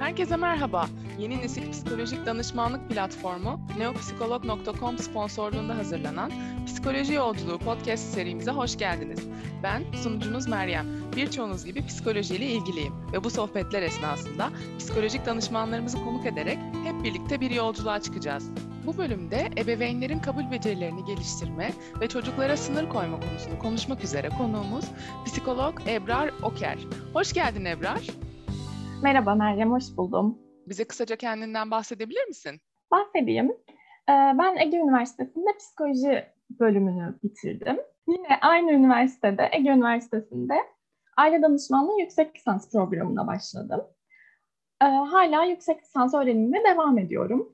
Herkese merhaba. Yeni nesil psikolojik danışmanlık platformu neopsikolog.com sponsorluğunda hazırlanan Psikoloji Yolculuğu podcast serimize hoş geldiniz. Ben sunucunuz Meryem. Birçoğunuz gibi psikolojiyle ilgiliyim ve bu sohbetler esnasında psikolojik danışmanlarımızı konuk ederek hep birlikte bir yolculuğa çıkacağız. Bu bölümde ebeveynlerin kabul becerilerini geliştirme ve çocuklara sınır koyma konusunu konuşmak üzere konuğumuz psikolog Ebrar Oker. Hoş geldin Ebrar. Merhaba Meryem, hoş buldum. Bize kısaca kendinden bahsedebilir misin? Bahsedeyim. Ben Ege Üniversitesi'nde psikoloji bölümünü bitirdim. Yine aynı üniversitede, Ege Üniversitesi'nde aile danışmanlığı yüksek lisans programına başladım. Hala yüksek lisans öğrenimine devam ediyorum.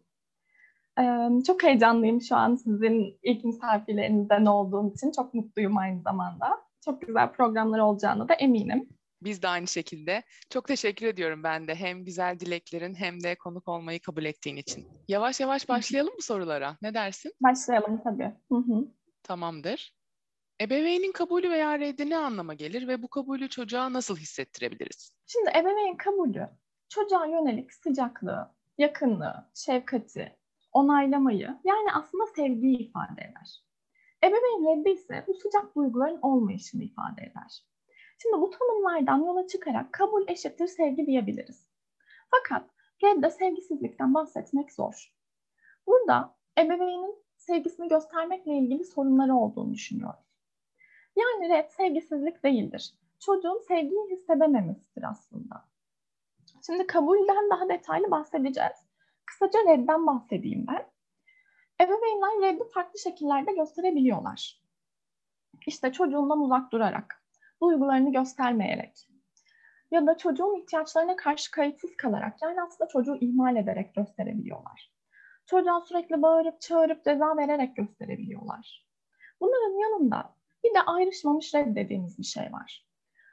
Çok heyecanlıyım şu an sizin ilk misafirlerinizden olduğum için. Çok mutluyum aynı zamanda. Çok güzel programlar olacağına da eminim. Biz de aynı şekilde. Çok teşekkür ediyorum ben de hem güzel dileklerin hem de konuk olmayı kabul ettiğin için. Yavaş yavaş başlayalım mı sorulara? Ne dersin? Başlayalım tabii. Tamamdır. Ebeveynin kabulü veya reddi ne anlama gelir ve bu kabulü çocuğa nasıl hissettirebiliriz? Şimdi ebeveyn kabulü, çocuğa yönelik sıcaklığı, yakınlığı, şefkati, onaylamayı, yani aslında sevgiyi ifade eder. Ebeveyn reddi ise bu sıcak duyguların olmayışını ifade eder. Şimdi bu tanımlardan yola çıkarak kabul eşittir sevgi diyebiliriz. Fakat redde sevgisizlikten bahsetmek zor. Burada ebeveynin sevgisini göstermekle ilgili sorunları olduğunu düşünüyoruz. Yani red sevgisizlik değildir. Çocuğun sevgiyi hissedememesidir aslında. Şimdi kabulden daha detaylı bahsedeceğiz. Kısaca redden bahsedeyim ben. Ebeveynler reddi farklı şekillerde gösterebiliyorlar. İşte çocuğundan uzak durarak, duygularını göstermeyerek ya da çocuğun ihtiyaçlarına karşı kayıtsız kalarak, yani aslında çocuğu ihmal ederek gösterebiliyorlar. Çocuğa sürekli bağırıp çağırıp ceza vererek gösterebiliyorlar. Bunların yanında bir de ayrışmamış red dediğimiz bir şey var.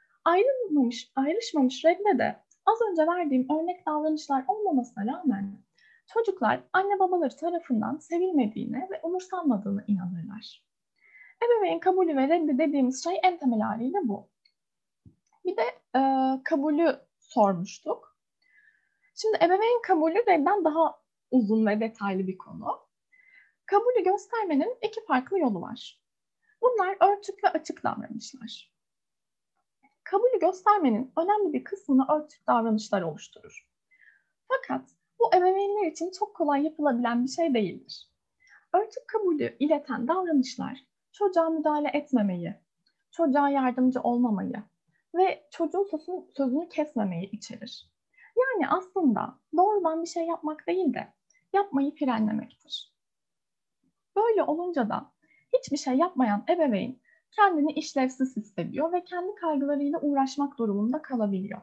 Ayrışmamış redde de az önce verdiğim örnek davranışlar olmamasına rağmen çocuklar anne babaları tarafından sevilmediğine ve umursanmadığına inanırlar. Ebeveyn kabulü ve reddi dediğimiz şey en temel haliyle bu. Bir de kabulü sormuştuk. Şimdi ebeveyn kabulü redden daha uzun ve detaylı bir konu. Kabulü göstermenin iki farklı yolu var. Bunlar örtük ve açık davranışlar. Kabulü göstermenin önemli bir kısmını örtük davranışlar oluşturur. Fakat bu ebeveynler için çok kolay yapılabilen bir şey değildir. Örtük kabulü ileten davranışlar çocuğa müdahale etmemeyi, çocuğa yardımcı olmamayı ve çocuğun sözünü kesmemeyi içerir. Yani aslında doğrudan bir şey yapmak değil de yapmayı frenlemektir. Böyle olunca da hiçbir şey yapmayan ebeveyn kendini işlevsiz hissediyor ve kendi kaygılarıyla uğraşmak durumunda kalabiliyor.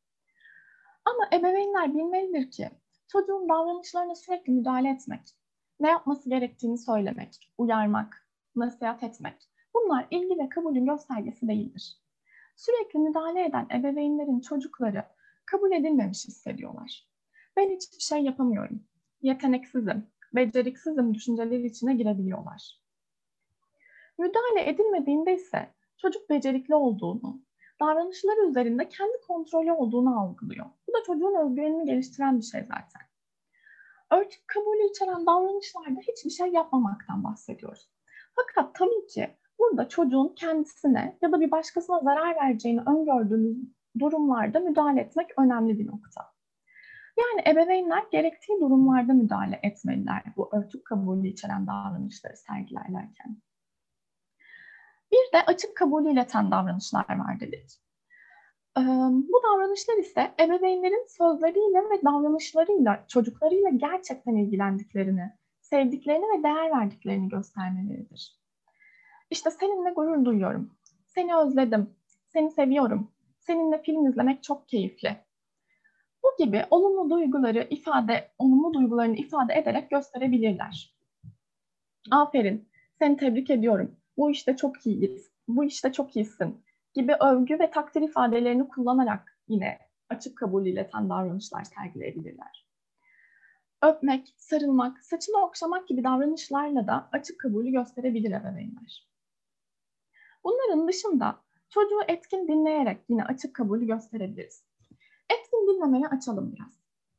Ama ebeveynler bilmelidir ki çocuğun davranışlarına sürekli müdahale etmek, ne yapması gerektiğini söylemek, uyarmak, nasihat etmek, bunlar ilgi ve kabulün göstergesi değildir. Sürekli müdahale eden ebeveynlerin çocukları kabul edilmemiş hissediyorlar. Ben hiçbir şey yapamıyorum, yeteneksizim, beceriksizim düşünceleri içine girebiliyorlar. Müdahale edilmediğinde ise çocuk becerikli olduğunu, davranışları üzerinde kendi kontrolü olduğunu algılıyor. Bu da çocuğun özgüvenini geliştiren bir şey zaten. Örtük kabulü içeren davranışlarda hiçbir şey yapmamaktan bahsediyoruz. Fakat tabii ki burada çocuğun kendisine ya da bir başkasına zarar vereceğini öngördüğümüz durumlarda müdahale etmek önemli bir nokta. Yani ebeveynler gerektiği durumlarda müdahale etmeliler bu örtük kabulü içeren davranışları sergilerlerken. Bir de açık kabulü ileten davranışlar var dedik. Bu davranışlar ise ebeveynlerin sözleriyle ve davranışlarıyla, çocuklarıyla gerçekten ilgilendiklerini, sevdiklerini ve değer verdiklerini göstermeleridir. İşte seninle gurur duyuyorum, seni özledim, seni seviyorum, seninle film izlemek çok keyifli. Bu gibi olumlu duygularını ifade ederek gösterebilirler. Aferin, seni tebrik ediyorum, bu işte çok iyiyiz, bu işte çok iyisin gibi övgü ve takdir ifadelerini kullanarak yine açık kabul ileten davranışlar sergileyebilirler. Öpmek, sarılmak, saçını okşamak gibi davranışlarla da açık kabulü gösterebilir ebeveynler. Bunların dışında çocuğu etkin dinleyerek yine açık kabulü gösterebiliriz. Etkin dinlemeye açalım biraz.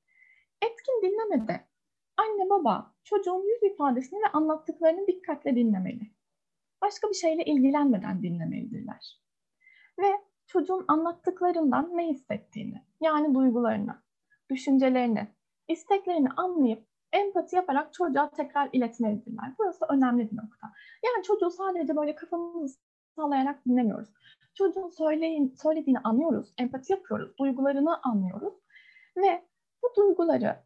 Etkin dinlemede anne baba çocuğun yüz ifadesini ve anlattıklarını dikkatle dinlemeli. Başka bir şeyle ilgilenmeden dinlemelidirler. Ve çocuğun anlattıklarından ne hissettiğini, yani duygularını, düşüncelerini, isteklerini anlayıp empati yaparak çocuğa tekrar iletmelidirler. Burası önemli bir nokta. Yani çocuğu sadece böyle kafamızı sallayarak dinlemiyoruz. Çocuğun söylediğini anlıyoruz, empati yapıyoruz, duygularını anlıyoruz ve bu duyguları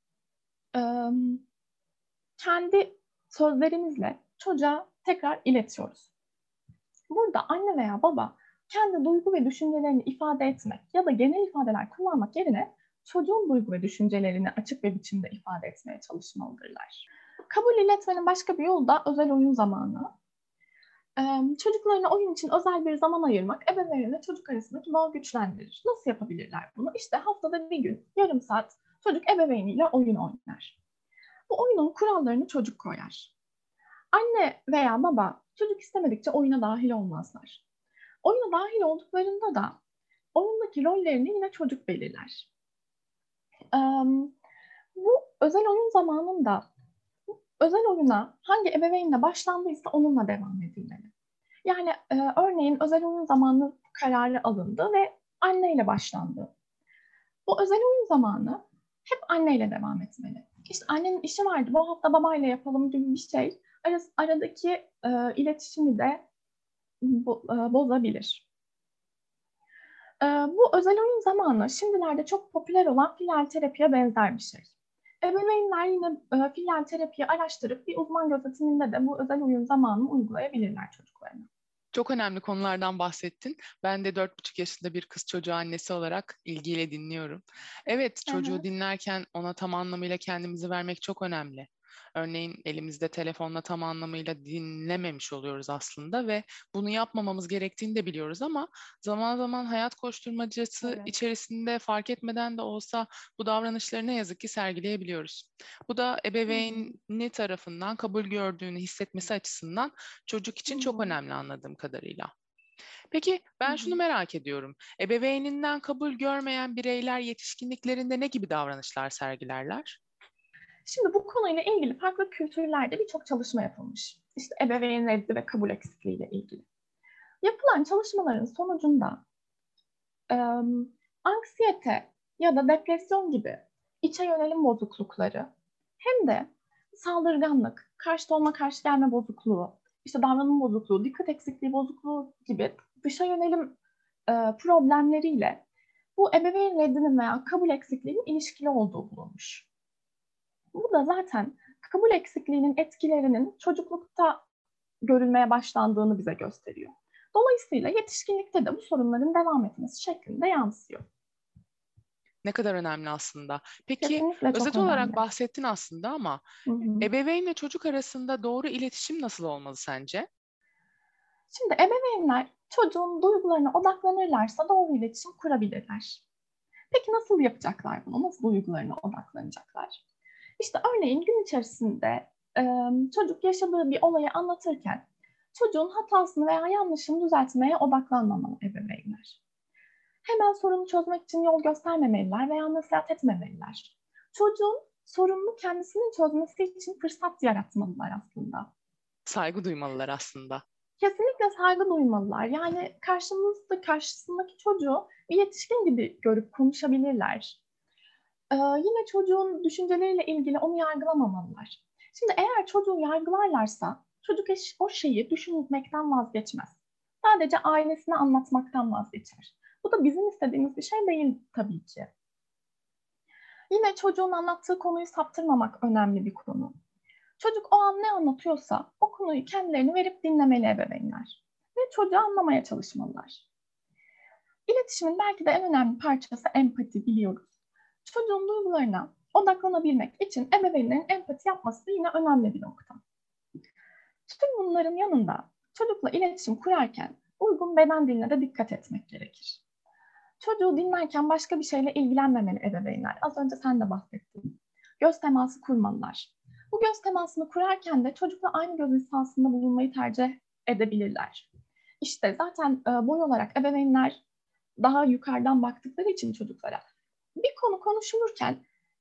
kendi sözlerimizle çocuğa tekrar iletiyoruz. Burada anne veya baba kendi duygu ve düşüncelerini ifade etmek ya da genel ifadeler kullanmak yerine çocuğun duygu ve düşüncelerini açık bir biçimde ifade etmeye çalışmalıdırlar. Kabul iletmenin başka bir yolu da özel oyun zamanı. Çocuklarına oyun için özel bir zaman ayırmak ebeveynle çocuk arasındaki bağı güçlendirir. Nasıl yapabilirler bunu? İşte haftada bir gün, yarım saat çocuk ebeveyniyle oyun oynar. Bu oyunun kurallarını çocuk koyar. Anne veya baba çocuk istemedikçe oyuna dahil olmazlar. Oyuna dahil olduklarında da oyundaki rollerini yine çocuk belirler. Bu özel oyun zamanında özel oyuna hangi ebeveynle başlandıysa onunla devam edilmeli. Yani örneğin özel oyun zamanı kararı alındı ve anneyle başlandı. Bu özel oyun zamanı hep anneyle devam etmeli. İşte annenin işi vardı, bu hafta babayla yapalım gibi bir şey aradaki iletişimi de bozabilir. Bu özel oyun zamanı şimdilerde çok popüler olan filial terapiye benzer bir şey. Ebeveynler yine filial terapiyi araştırıp bir uzman gözetiminde de bu özel oyun zamanını uygulayabilirler çocuklarına. Çok önemli konulardan bahsettin. Ben de 4,5 yaşında bir kız çocuğu annesi olarak ilgiyle dinliyorum. Evet, çocuğu dinlerken ona tam anlamıyla kendimizi vermek çok önemli. Örneğin elimizde telefonla tam anlamıyla dinlememiş oluyoruz aslında ve bunu yapmamamız gerektiğini de biliyoruz ama zaman zaman hayat koşturmacası içerisinde fark etmeden de olsa bu davranışları ne yazık ki sergileyebiliyoruz. Bu da ebeveyni tarafından kabul gördüğünü hissetmesi açısından çocuk için çok önemli anladığım kadarıyla. Peki ben şunu merak ediyorum. Ebeveyninden kabul görmeyen bireyler yetişkinliklerinde ne gibi davranışlar sergilerler? Şimdi bu konuyla ilgili farklı kültürlerde birçok çalışma yapılmış. İşte ebeveyn reddi ve kabul eksikliği ile ilgili. Yapılan çalışmaların sonucunda anksiyete ya da depresyon gibi içe yönelim bozuklukları hem de saldırganlık, karşıt olma, karşı gelme bozukluğu, işte davranım bozukluğu, dikkat eksikliği bozukluğu gibi dışa yönelim problemleriyle bu ebeveyn reddinin veya kabul eksikliğinin ilişkili olduğu bulunmuş. Bu da zaten kabul eksikliğinin etkilerinin çocuklukta görülmeye başlandığını bize gösteriyor. Dolayısıyla yetişkinlikte de bu sorunların devam etmesi şeklinde yansıyor. Ne kadar önemli aslında. Peki Kesinlikle çok özet önemli. olarak bahsettin aslında ama ebeveynle çocuk arasında doğru iletişim nasıl olmalı sence? Şimdi ebeveynler çocuğun duygularına odaklanırlarsa doğru iletişim kurabilirler. Peki nasıl yapacaklar bunu? Nasıl duygularına odaklanacaklar? İşte örneğin gün içerisinde çocuk yaşadığı bir olayı anlatırken çocuğun hatasını veya yanlışını düzeltmeye odaklanmamalı ebeveynler. Hemen sorunu çözmek için yol göstermemeliler veya nasihat etmemeliler. Çocuğun sorununu kendisinin çözmesi için fırsat yaratmalılar aslında. Saygı duymalılar aslında. Kesinlikle saygı duymalılar. Yani karşısındaki çocuğu bir yetişkin gibi görüp konuşabilirler. Yine çocuğun düşünceleriyle ilgili onu yargılamamalılar. Şimdi eğer çocuğu yargılarlarsa çocuk o şeyi düşünmekten vazgeçmez. Sadece ailesine anlatmaktan vazgeçer. Bu da bizim istediğimiz bir şey değil tabii ki. Yine çocuğun anlattığı konuyu saptırmamak önemli bir konu. Çocuk o an ne anlatıyorsa o konuyu kendilerini verip dinlemeli ebeveynler. Ve çocuğu anlamaya çalışmalılar. İletişimin belki de en önemli parçası empati biliyoruz. Çocuğun duygularına odaklanabilmek için ebeveynlerin empati yapması da yine önemli bir nokta. Tüm bunların yanında çocukla iletişim kurarken uygun beden diline de dikkat etmek gerekir. Çocuğu dinlerken başka bir şeyle ilgilenmemeli ebeveynler. Az önce sen de bahsettin. Göz teması kurmalılar. Bu göz temasını kurarken de çocukla aynı göz hizasında bulunmayı tercih edebilirler. İşte zaten boy olarak ebeveynler daha yukarıdan baktıkları için çocuklara bir konu konuşulurken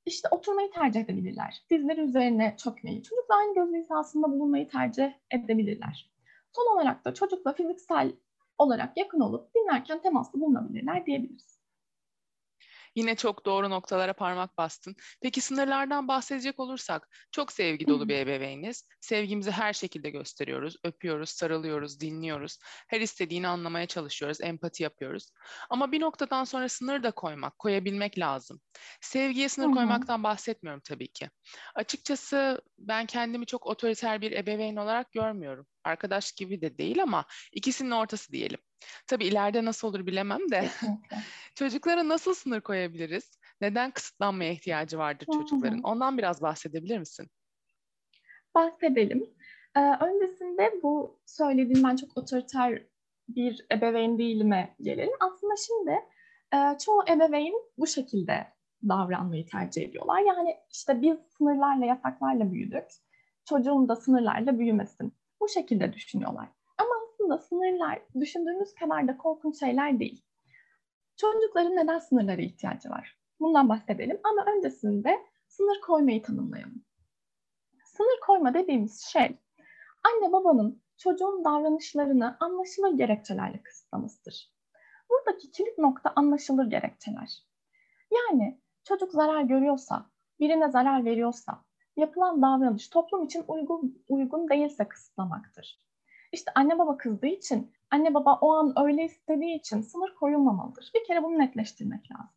İşte oturmayı tercih edebilirler. Dizleri üzerine çökmeyi, çocukla aynı göz hizasında bulunmayı tercih edebilirler. Son olarak da çocukla fiziksel olarak yakın olup dinlerken temaslı bulunabilirler diyebiliriz. Yine çok doğru noktalara parmak bastın. Peki sınırlardan bahsedecek olursak, çok sevgi dolu bir ebeveyniz. Sevgimizi her şekilde gösteriyoruz, öpüyoruz, sarılıyoruz, dinliyoruz. Her istediğini anlamaya çalışıyoruz, empati yapıyoruz. Ama bir noktadan sonra sınır da koyabilmek lazım. Sevgiye Hı sınır hı. koymaktan bahsetmiyorum tabii ki. Açıkçası ben kendimi çok otoriter bir ebeveyn olarak görmüyorum. Arkadaş gibi de değil ama ikisinin ortası diyelim. Tabii ileride nasıl olur bilemem de. Kesinlikle. Çocuklara nasıl sınır koyabiliriz? Neden kısıtlanmaya ihtiyacı vardır Hı çocukların? hı. Ondan biraz bahsedebilir misin? Bahsedelim. Öncesinde bu söylediğim ben çok otoriter bir ebeveyn değilime gelelim. Aslında şimdi çoğu ebeveyn bu şekilde davranmayı tercih ediyorlar. Yani işte biz sınırlarla, yasaklarla büyüdük. Çocuğum da sınırlarla büyümesin. Bu şekilde düşünüyorlar. Ama aslında sınırlar düşündüğümüz kadar da korkunç şeyler değil. Çocukların neden sınırlara ihtiyacı var? Bundan bahsedelim ama öncesinde sınır koymayı tanımlayalım. Sınır koyma dediğimiz şey, anne babanın çocuğun davranışlarını anlaşılır gerekçelerle kısıtlamasıdır. Buradaki kilit nokta anlaşılır gerekçeler. Yani çocuk zarar görüyorsa, birine zarar veriyorsa, yapılan davranış toplum için uygun değilse kısıtlamaktır. İşte anne baba kızdığı için, anne baba o an öyle istediği için sınır koyulmamalıdır. Bir kere bunu netleştirmek lazım.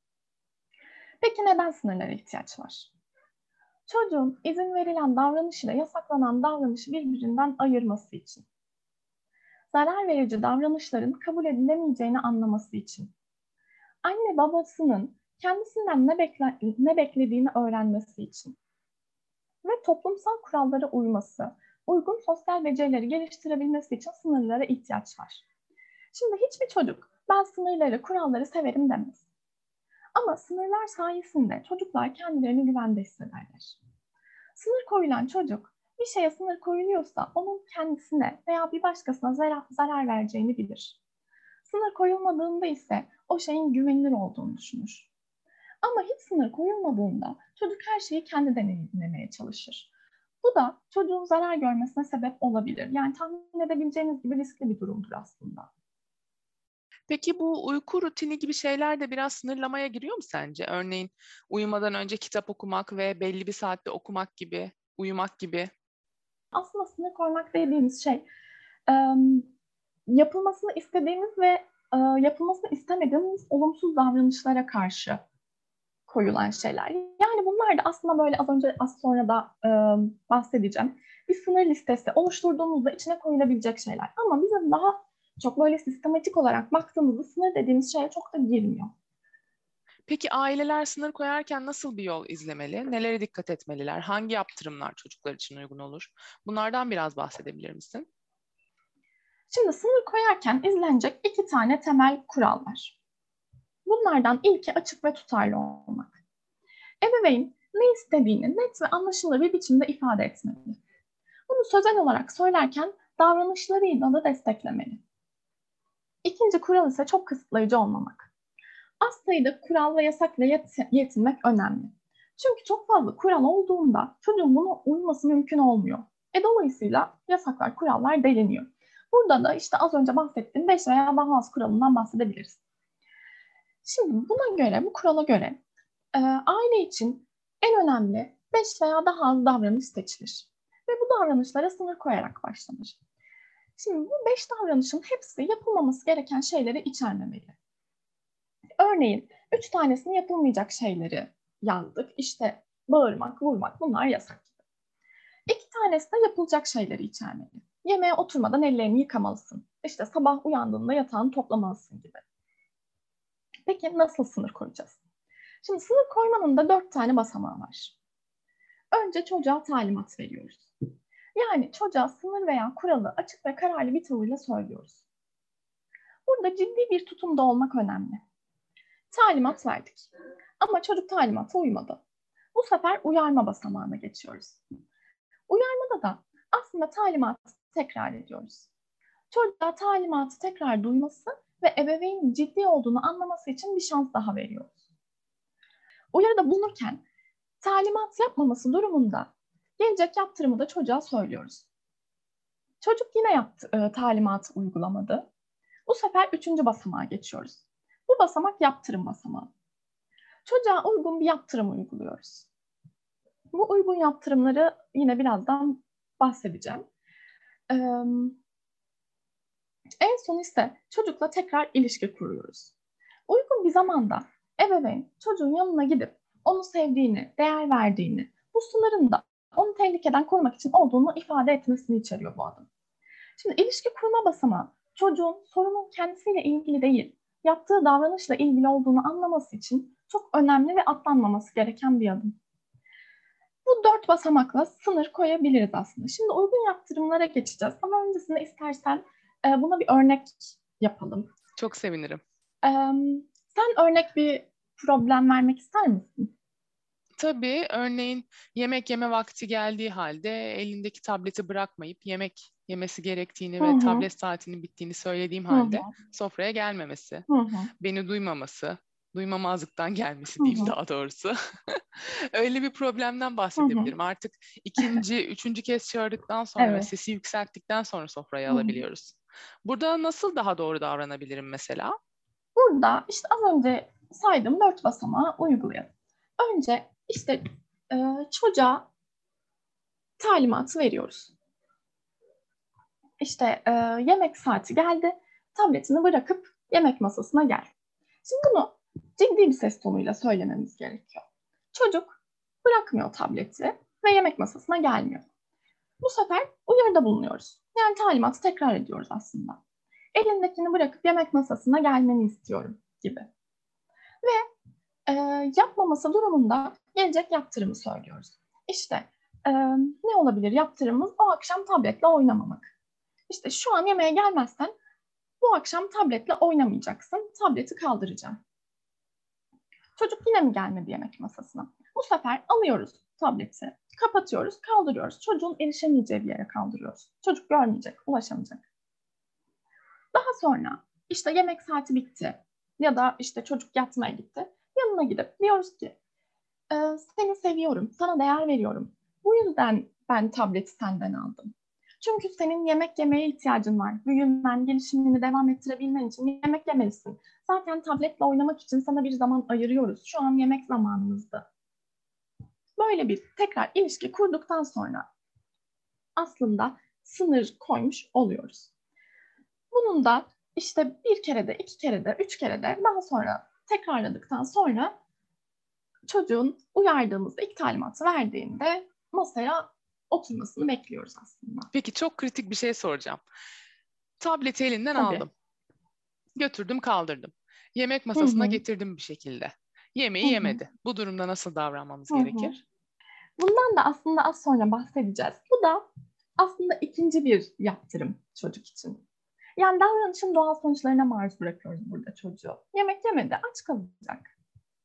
Peki neden sınırlara ihtiyaç var? Çocuğun izin verilen davranışıyla yasaklanan davranışı birbirinden ayırması için. Zarar verici davranışların kabul edilemeyeceğini anlaması için. Anne babasının kendisinden ne beklediğini öğrenmesi için. Ve toplumsal kurallara uyması, uygun sosyal becerileri geliştirebilmesi için sınırlara ihtiyaç var. Şimdi hiçbir çocuk ben sınırları, kuralları severim demez. Ama sınırlar sayesinde çocuklar kendilerini güvende hissederler. Sınır koyulan çocuk bir şeye sınır koyuluyorsa onun kendisine veya bir başkasına zarar vereceğini bilir. Sınır koyulmadığında ise o şeyin güvenilir olduğunu düşünür. Ama hiç sınır koyulmadığında çocuk her şeyi kendi deneyimlemeye çalışır. Bu da çocuğun zarar görmesine sebep olabilir. Yani tahmin edebileceğiniz gibi riskli bir durumdur aslında. Peki bu uyku rutini gibi şeyler de biraz sınırlamaya giriyor mu sence? Örneğin uyumadan önce kitap okumak ve belli bir saatte okumak gibi, uyumak gibi. Aslında sınır koymak dediğimiz şey yapılmasını istediğimiz ve yapılmasını istemediğimiz olumsuz davranışlara karşı koyulan şeyler. Yani bunlar da aslında böyle az sonra da bahsedeceğim. Bir sınır listesi oluşturduğumuzda içine koyulabilecek şeyler. Ama bizim daha çok böyle sistematik olarak baktığımızda sınır dediğimiz şeye çok da girmiyor. Peki aileler sınır koyarken nasıl bir yol izlemeli? Nelere dikkat etmeliler? Hangi yaptırımlar çocuklar için uygun olur? Bunlardan biraz bahsedebilir misin? Şimdi sınır koyarken izlenecek 2 tane temel kural var. Bunlardan ilki açık ve tutarlı olmak. Ebeveyn ne istediğini net ve anlaşılır bir biçimde ifade etmeli. Bunu sözel olarak söylerken davranışlarıyla da desteklemeli. İkinci kural ise çok kısıtlayıcı olmamak. Az sayıda kural ve yasakla yetinmek önemli. Çünkü çok fazla kural olduğunda çocuğun buna uyması mümkün olmuyor. Dolayısıyla yasaklar, kurallar deliniyor. Burada da işte az önce bahsettiğim 5 veya daha az kuralından bahsedebiliriz. Şimdi bu kurala göre aile için en önemli 5 veya daha az davranış seçilir. Ve bu davranışlara sınır koyarak başlanır. Şimdi bu 5 davranışın hepsi yapılmaması gereken şeyleri içermemeli. Örneğin 3 tanesini yapılmayacak şeyleri yazdık. İşte bağırmak, vurmak bunlar yasak gibi. 2 tanesi de yapılacak şeyleri içermeli. Yemeğe oturmadan ellerini yıkamalısın. İşte sabah uyandığında yatağını toplamalısın gibi. Peki nasıl sınır koyacağız? Şimdi sınır koymanın da 4 tane basamağı var. Önce çocuğa talimat veriyoruz. Yani çocuğa sınır veya kuralı açık ve kararlı bir tavırla söylüyoruz. Burada ciddi bir tutumda olmak önemli. Talimat verdik. Ama çocuk talimata uymadı. Bu sefer uyarma basamağına geçiyoruz. Uyarmada da aslında talimatı tekrar ediyoruz. Çocuğa talimatı tekrar duyması ve ebeveynin ciddi olduğunu anlaması için bir şans daha veriyoruz. Uyarıda bulunurken talimat yapmaması durumunda gelecek yaptırımı da çocuğa söylüyoruz. Çocuk yine talimatı uygulamadı. Bu sefer 3. basamağa geçiyoruz. Bu basamak yaptırım basamağı. Çocuğa uygun bir yaptırım uyguluyoruz. Bu uygun yaptırımları yine birazdan bahsedeceğim. En son ise çocukla tekrar ilişki kuruyoruz. Uygun bir zamanda ebeveyn çocuğun yanına gidip onu sevdiğini, değer verdiğini, bu sınırın da onu tehlikeden korumak için olduğunu ifade etmesini içeriyor bu adım. Şimdi ilişki kurma basamağı çocuğun sorunun kendisiyle ilgili değil, yaptığı davranışla ilgili olduğunu anlaması için çok önemli ve atlanmaması gereken bir adım. Bu 4 basamakla sınır koyabiliriz aslında. Şimdi uygun yaptırımlara geçeceğiz ama öncesinde istersen buna bir örnek yapalım. Çok sevinirim. Sen örnek bir problem vermek ister misin? Tabii, örneğin yemek yeme vakti geldiği halde elindeki tableti bırakmayıp yemek yemesi gerektiğini ve tablet saatinin bittiğini söylediğim halde sofraya gelmemesi, beni duymaması, duymamazlıktan gelmesi diyeyim daha doğrusu. Öyle bir problemden bahsedebilirim. Artık ikinci, üçüncü kez çağırdıktan sonra ve sesi yükselttikten sonra sofraya alabiliyoruz. Burada nasıl daha doğru davranabilirim mesela? Burada işte az önce saydığım 4 basamağı uygulayalım. Önce işte çocuğa talimatı veriyoruz. İşte yemek saati geldi, tabletini bırakıp yemek masasına gel. Şimdi bunu ciddi bir ses tonuyla söylememiz gerekiyor. Çocuk bırakmıyor tableti ve yemek masasına gelmiyor. Bu sefer uyarıda bulunuyoruz. Yani talimatı tekrar ediyoruz aslında. Elindekini bırakıp yemek masasına gelmeni istiyorum gibi. Ve yapmaması durumunda gelecek yaptırımı söylüyoruz. İşte ne olabilir yaptırımımız? O akşam tabletle oynamamak. İşte şu an yemeğe gelmezsen bu akşam tabletle oynamayacaksın. Tableti kaldıracağım. Çocuk yine mi gelmedi yemek masasına? Bu sefer alıyoruz tableti, kapatıyoruz, kaldırıyoruz. Çocuğun erişemeyeceği bir yere kaldırıyoruz. Çocuk görmeyecek, ulaşamayacak. Daha sonra işte yemek saati bitti ya da işte çocuk yatmaya gitti. Yanına gidip diyoruz ki seni seviyorum, sana değer veriyorum. Bu yüzden ben tableti senden aldım. Çünkü senin yemek yemeye ihtiyacın var. Büyümen, gelişimini devam ettirebilmen için yemek yemelisin. Zaten tabletle oynamak için sana bir zaman ayırıyoruz. Şu an yemek zamanımızda. Böyle bir tekrar ilişki kurduktan sonra aslında sınır koymuş oluyoruz. Bunun da işte bir kere de, iki kere de, üç kere de daha sonra tekrarladıktan sonra çocuğun uyardığımızda ilk talimatı verdiğinde masaya oturmasını bekliyoruz aslında. Peki çok kritik bir şey soracağım. Tableti elinden aldım. Götürdüm, kaldırdım. Yemek masasına getirdim bir şekilde. Yemeği yemedi. Bu durumda nasıl davranmamız gerekir? Bundan da aslında az sonra bahsedeceğiz. Bu da aslında ikinci bir yaptırım çocuk için. Yani davranışın doğal sonuçlarına maruz bırakıyoruz burada çocuğu. Yemek yemedi, aç kalacak.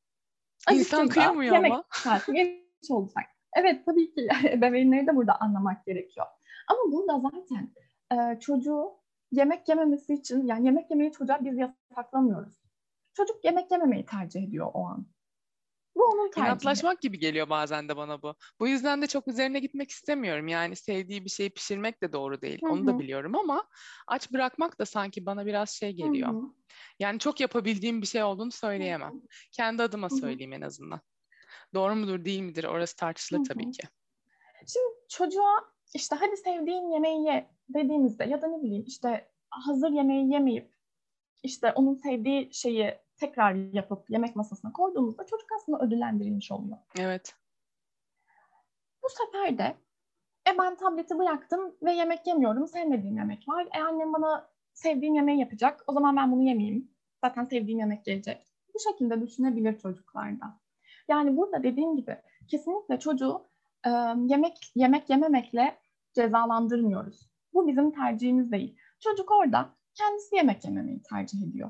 İnsan kıyamıyor yemek ama. saati geç olacak. Evet, tabii ki ebeveynleri de burada anlamak gerekiyor. Ama burada zaten çocuğu yemek yememesi için, yani yemek yemeyi çocuğa biz yasaklamıyoruz. Çocuk yemek yememeyi tercih ediyor o an. Bu onun tercihi. İnatlaşmak gibi geliyor bazen de bana bu. Bu yüzden de çok üzerine gitmek istemiyorum. Yani sevdiği bir şeyi pişirmek de doğru değil. Onu da biliyorum ama aç bırakmak da sanki bana biraz şey geliyor. Yani çok yapabildiğim bir şey olduğunu söyleyemem. Kendi adıma söyleyeyim en azından. Doğru mudur değil midir orası tartışılır tabii ki. Şimdi çocuğa işte hadi sevdiğin yemeği ye dediğimizde ya da ne bileyim işte hazır yemeği yemeyip işte onun sevdiği şeyi tekrar yapıp yemek masasına koyduğumuzda çocuk aslında ödüllendirilmiş oluyor. Evet. Bu sefer de ben tableti bıraktım ve yemek yemiyorum. Sevmediğim yemek var. Annem bana sevdiğim yemeği yapacak. O zaman ben bunu yemeyeyim. Zaten sevdiğim yemek gelecek. Bu şekilde düşünebilir çocuklarda. Yani burada dediğim gibi kesinlikle çocuğu yemek yememekle cezalandırmıyoruz. Bu bizim tercihimiz değil. Çocuk orada kendisi yemek yememeyi tercih ediyor.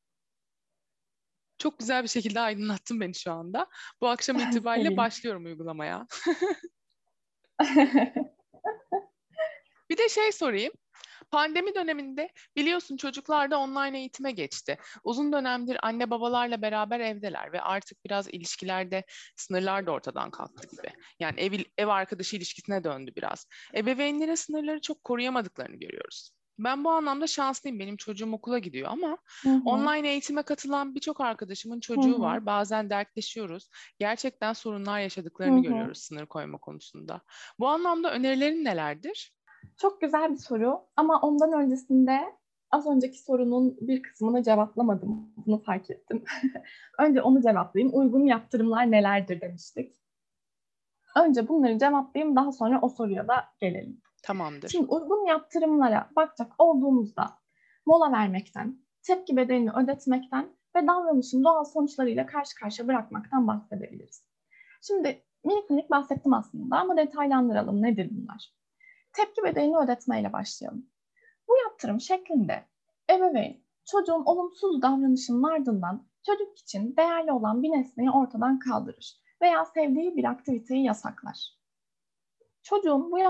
Çok güzel bir şekilde aydınlattın beni şu anda. Bu akşam itibariyle başlıyorum uygulamaya. Bir de şey sorayım. Pandemi döneminde biliyorsun çocuklar da online eğitime geçti. Uzun dönemdir anne babalarla beraber evdeler ve artık biraz ilişkilerde sınırlar da ortadan kalktı gibi. Yani ev arkadaşı ilişkisine döndü biraz. Ebeveynlerin sınırları çok koruyamadıklarını görüyoruz. Ben bu anlamda şanslıyım. Benim çocuğum okula gidiyor ama Hı hı, online eğitime katılan birçok arkadaşımın hı çocuğu hı, var. Bazen dertleşiyoruz. Gerçekten sorunlar hı yaşadıklarını hı. görüyoruz sınır koyma konusunda. Bu anlamda önerilerin nelerdir? Çok güzel bir soru ama ondan öncesinde az önceki sorunun bir kısmını cevaplamadım. Bunu fark ettim. Önce onu cevaplayayım. Uygun yaptırımlar nelerdir demiştik. Önce bunları cevaplayayım, daha sonra o soruya da gelelim. Tamamdır. Şimdi uygun yaptırımlara bakacak olduğumuzda mola vermekten, tepki bedelini ödetmekten ve davranışın doğal sonuçlarıyla karşı karşıya bırakmaktan bahsedebiliriz. Şimdi minik minik bahsettim aslında ama detaylandıralım. Nedir bunlar? Tepki bedelini ödetmeyle başlayalım. Bu yaptırım şeklinde ebeveyn çocuğun olumsuz davranışının ardından çocuk için değerli olan bir nesneyi ortadan kaldırır veya sevdiği bir aktiviteyi yasaklar. Çocuğun bu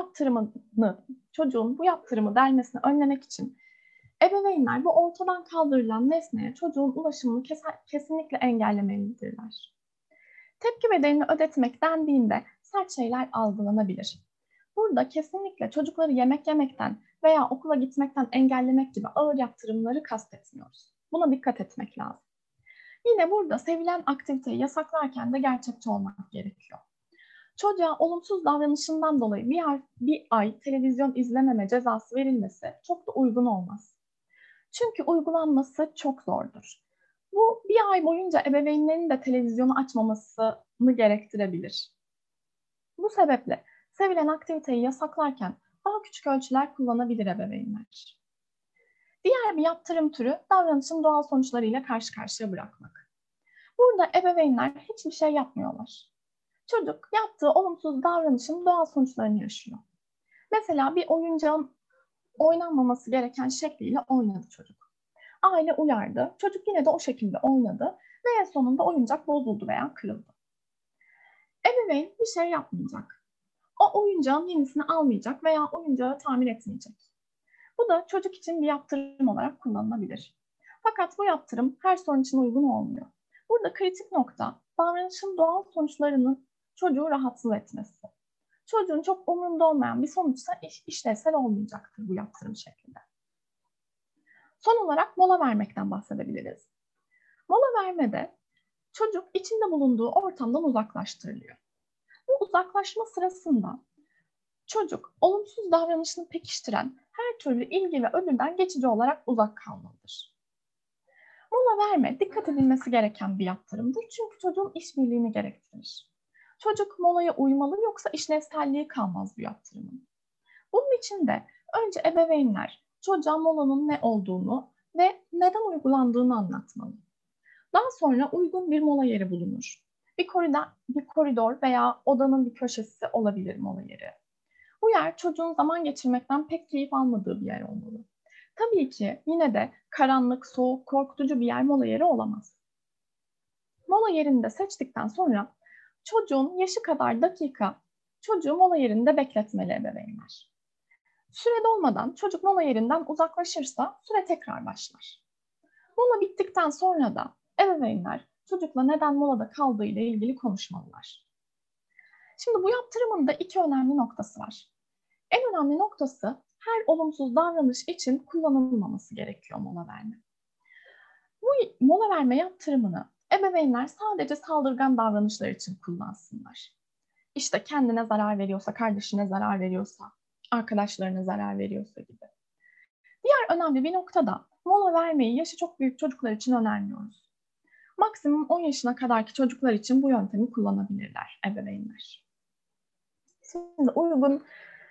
yaptırımı delmesini önlemek için ebeveynler bu ortadan kaldırılan nesneye çocuğun ulaşımını kesinlikle engellemelidirler. Tepki bedelini ödetmek dendiğinde sert şeyler algılanabilir. Burada kesinlikle çocukları yemek yemekten veya okula gitmekten engellemek gibi ağır yaptırımları kastetmiyoruz. Buna dikkat etmek lazım. Yine burada sevilen aktiviteyi yasaklarken de gerçekçi olmak gerekiyor. Çocuğa olumsuz davranışından dolayı bir ay televizyon izlememe cezası verilmesi çok da uygun olmaz. Çünkü uygulanması çok zordur. Bu bir ay boyunca ebeveynlerin de televizyonu açmamasını gerektirebilir. Bu sebeple sevilen aktiviteyi yasaklarken daha küçük ölçüler kullanabilir ebeveynler. Diğer bir yaptırım türü davranışın doğal sonuçlarıyla karşı karşıya bırakmak. Burada ebeveynler hiçbir şey yapmıyorlar. Çocuk yaptığı olumsuz davranışın doğal sonuçlarını yaşıyor. Mesela bir oyuncağın oynanmaması gereken şekliyle oynadı çocuk. Aile uyardı. Çocuk yine de o şekilde oynadı ve en sonunda oyuncak bozuldu veya kırıldı. Ebeveyn bir şey yapmayacak. O oyuncağın yenisini almayacak veya oyuncağı tamir etmeyecek. Bu da çocuk için bir yaptırım olarak kullanılabilir. Fakat bu yaptırım her sorun için uygun olmuyor. Burada kritik nokta davranışın doğal sonuçlarının çocuğu rahatsız etmesi. Çocuğun çok umurunda olmayan bir sonuçsa işlevsel olmayacaktır bu yaptırım şeklinde. Son olarak mola vermekten bahsedebiliriz. Mola vermede çocuk içinde bulunduğu ortamdan uzaklaştırılıyor. Bu uzaklaşma sırasında çocuk olumsuz davranışını pekiştiren her türlü ilgi ve ödülden geçici olarak uzak kalmalıdır. Mola verme dikkat edilmesi gereken bir yaptırımdır çünkü çocuğun işbirliğini gerektirir. Çocuk molaya uymalı yoksa işlevselliği kalmaz bu yaptırımın. Bunun için de önce ebeveynler çocuğa molanın ne olduğunu ve neden uygulandığını anlatmalı. Daha sonra uygun bir mola yeri bulunur. Bir koridor veya odanın bir köşesi olabilir mola yeri. Bu yer çocuğun zaman geçirmekten pek keyif almadığı bir yer olmalı. Tabii ki yine de karanlık, soğuk, korkutucu bir yer mola yeri olamaz. Mola yerini de seçtikten sonra çocuğun yaşı kadar dakika çocuğu mola yerinde bekletmeli ebeveynler. Süre dolmadan çocuk mola yerinden uzaklaşırsa süre tekrar başlar. Mola bittikten sonra da ebeveynler çocukla neden molada kaldığı ile ilgili konuşmalılar. Şimdi bu yaptırımın da iki önemli noktası var. En önemli noktası her olumsuz davranış için kullanılmaması gerekiyor mola verme. Bu mola verme yaptırımını ebeveynler sadece saldırgan davranışlar için kullansınlar. İşte kendine zarar veriyorsa, kardeşine zarar veriyorsa, arkadaşlarına zarar veriyorsa gibi. Diğer önemli bir nokta da mola vermeyi yaşı çok büyük çocuklar için önermiyoruz. Maksimum 10 yaşına kadarki çocuklar için bu yöntemi kullanabilirler ebeveynler. Şimdi uygun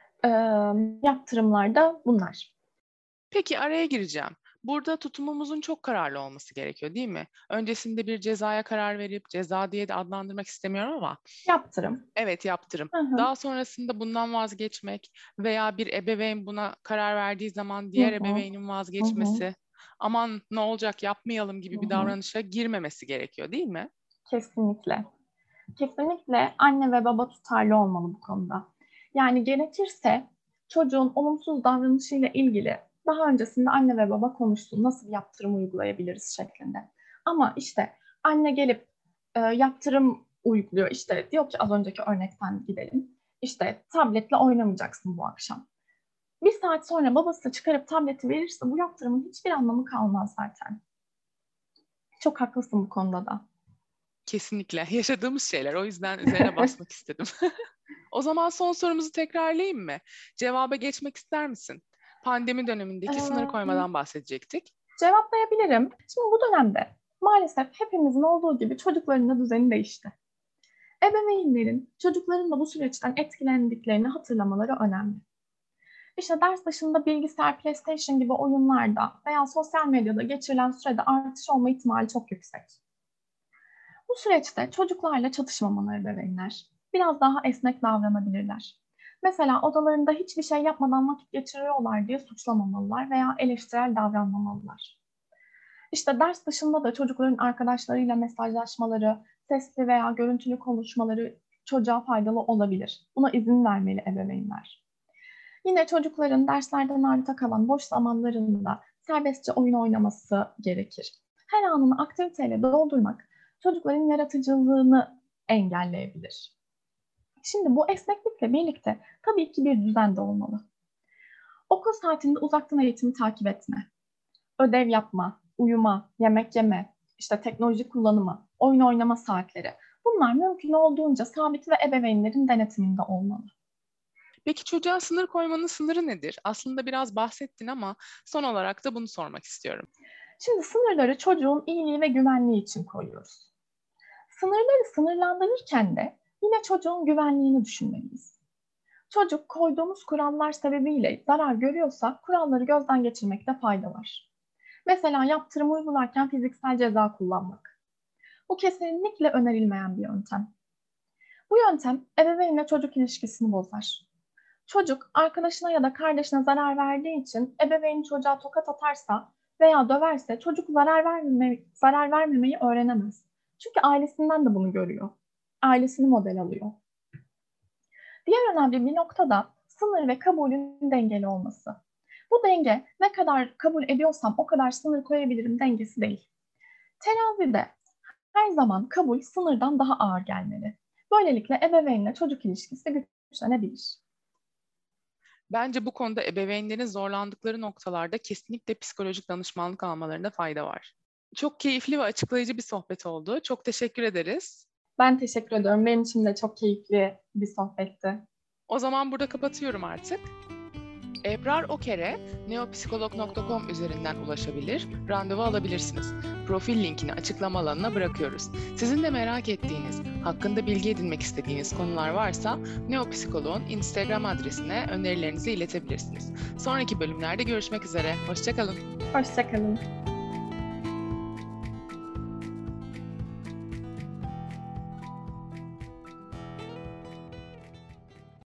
yaptırımlar da bunlar. Peki araya gireceğim. Burada tutumumuzun çok kararlı olması gerekiyor, değil mi? Öncesinde bir cezaya karar verip ceza diye de adlandırmak istemiyorum ama Yaptırım. evet yaptırım. Hı hı, Daha sonrasında bundan vazgeçmek veya bir ebeveyn buna karar verdiği zaman hı diğer hı, ebeveynin hı hı, vazgeçmesi, aman ne olacak yapmayalım hı gibi bir hı. davranışa girmemesi gerekiyor, değil mi? Kesinlikle. Kesinlikle anne ve baba tutarlı olmalı bu konuda. Yani gerekirse çocuğun olumsuz davranışıyla ilgili daha öncesinde anne ve baba konuştu, nasıl bir yaptırım uygulayabiliriz şeklinde. Ama işte anne gelip yaptırım uyguluyor. İşte diyor ki az önceki örnekten gidelim. İşte tabletle oynamayacaksın bu akşam. Bir saat sonra babası çıkarıp tableti verirse bu yaptırımın hiçbir anlamı kalmaz zaten. Çok haklısın bu konuda da. Kesinlikle. Yaşadığımız şeyler. O yüzden üzerine basmak istedim. O zaman son sorumuzu tekrarlayayım mı? Cevaba geçmek ister misin? Pandemi dönemindeki sınır koymadan bahsedecektik. Cevaplayabilirim. Şimdi bu dönemde maalesef hepimizin olduğu gibi çocukların da düzeni değişti. Ebeveynlerin çocukların da bu süreçten etkilendiklerini hatırlamaları önemli. İşte ders dışında bilgisayar, PlayStation gibi oyunlarda veya sosyal medyada geçirilen sürede artış olma ihtimali çok yüksek. Bu süreçte çocuklarla çatışmamalı ebeveynler. Biraz daha esnek davranabilirler. Mesela odalarında hiçbir şey yapmadan vakit geçiriyorlar diye suçlamamalılar veya eleştirel davranmamalılar. İşte ders dışında da çocukların arkadaşlarıyla mesajlaşmaları, sesli veya görüntülü konuşmaları çocuğa faydalı olabilir. Buna izin vermeli ebeveynler. Yine çocukların derslerden arta kalan boş zamanlarında serbestçe oyun oynaması gerekir. Her anını aktiviteyle doldurmak çocukların yaratıcılığını engelleyebilir. Şimdi bu esneklikle birlikte tabii ki bir düzen de olmalı. Okul saatinde uzaktan eğitimi takip etme, ödev yapma, uyuma, yemek yeme, işte teknoloji kullanımı, oyun oynama saatleri. Bunlar mümkün olduğunca sabit ve ebeveynlerin denetiminde olmalı. Peki çocuğa sınır koymanın sınırı nedir? Aslında biraz bahsettin ama son olarak da bunu sormak istiyorum. Şimdi sınırları çocuğun iyiliği ve güvenliği için koyuyoruz. Sınırları sınırlandırırken de yine çocuğun güvenliğini düşünmeliyiz. Çocuk koyduğumuz kurallar sebebiyle zarar görüyorsa kuralları gözden geçirmekte fayda var. Mesela yaptırım uygularken fiziksel ceza kullanmak. Bu kesinlikle önerilmeyen bir yöntem. Bu yöntem ebeveynle çocuk ilişkisini bozar. Çocuk arkadaşına ya da kardeşine zarar verdiği için ebeveyn çocuğa tokat atarsa veya döverse çocuk zarar vermemeyi öğrenemez. Çünkü ailesinden de bunu görüyor. Ailesini model alıyor. Diğer önemli bir nokta da sınır ve kabulün dengeli olması. Bu denge ne kadar kabul ediyorsam o kadar sınır koyabilirim dengesi değil. Terazide her zaman kabul sınırdan daha ağır gelmeli. Böylelikle ebeveynle çocuk ilişkisi güçlenebilir. Bence bu konuda ebeveynlerin zorlandıkları noktalarda kesinlikle psikolojik danışmanlık almalarında fayda var. Çok keyifli ve açıklayıcı bir sohbet oldu. Çok teşekkür ederiz. Ben teşekkür ediyorum. Benim için de çok keyifli bir sohbetti. O zaman burada kapatıyorum artık. Ebrar Oker'e neopsikolog.com üzerinden ulaşabilir, randevu alabilirsiniz. Profil linkini açıklama alanına bırakıyoruz. Sizin de merak ettiğiniz, hakkında bilgi edinmek istediğiniz konular varsa Neopsikolog'un Instagram adresine önerilerinizi iletebilirsiniz. Sonraki bölümlerde görüşmek üzere. Hoşça kalın. Hoşça kalın.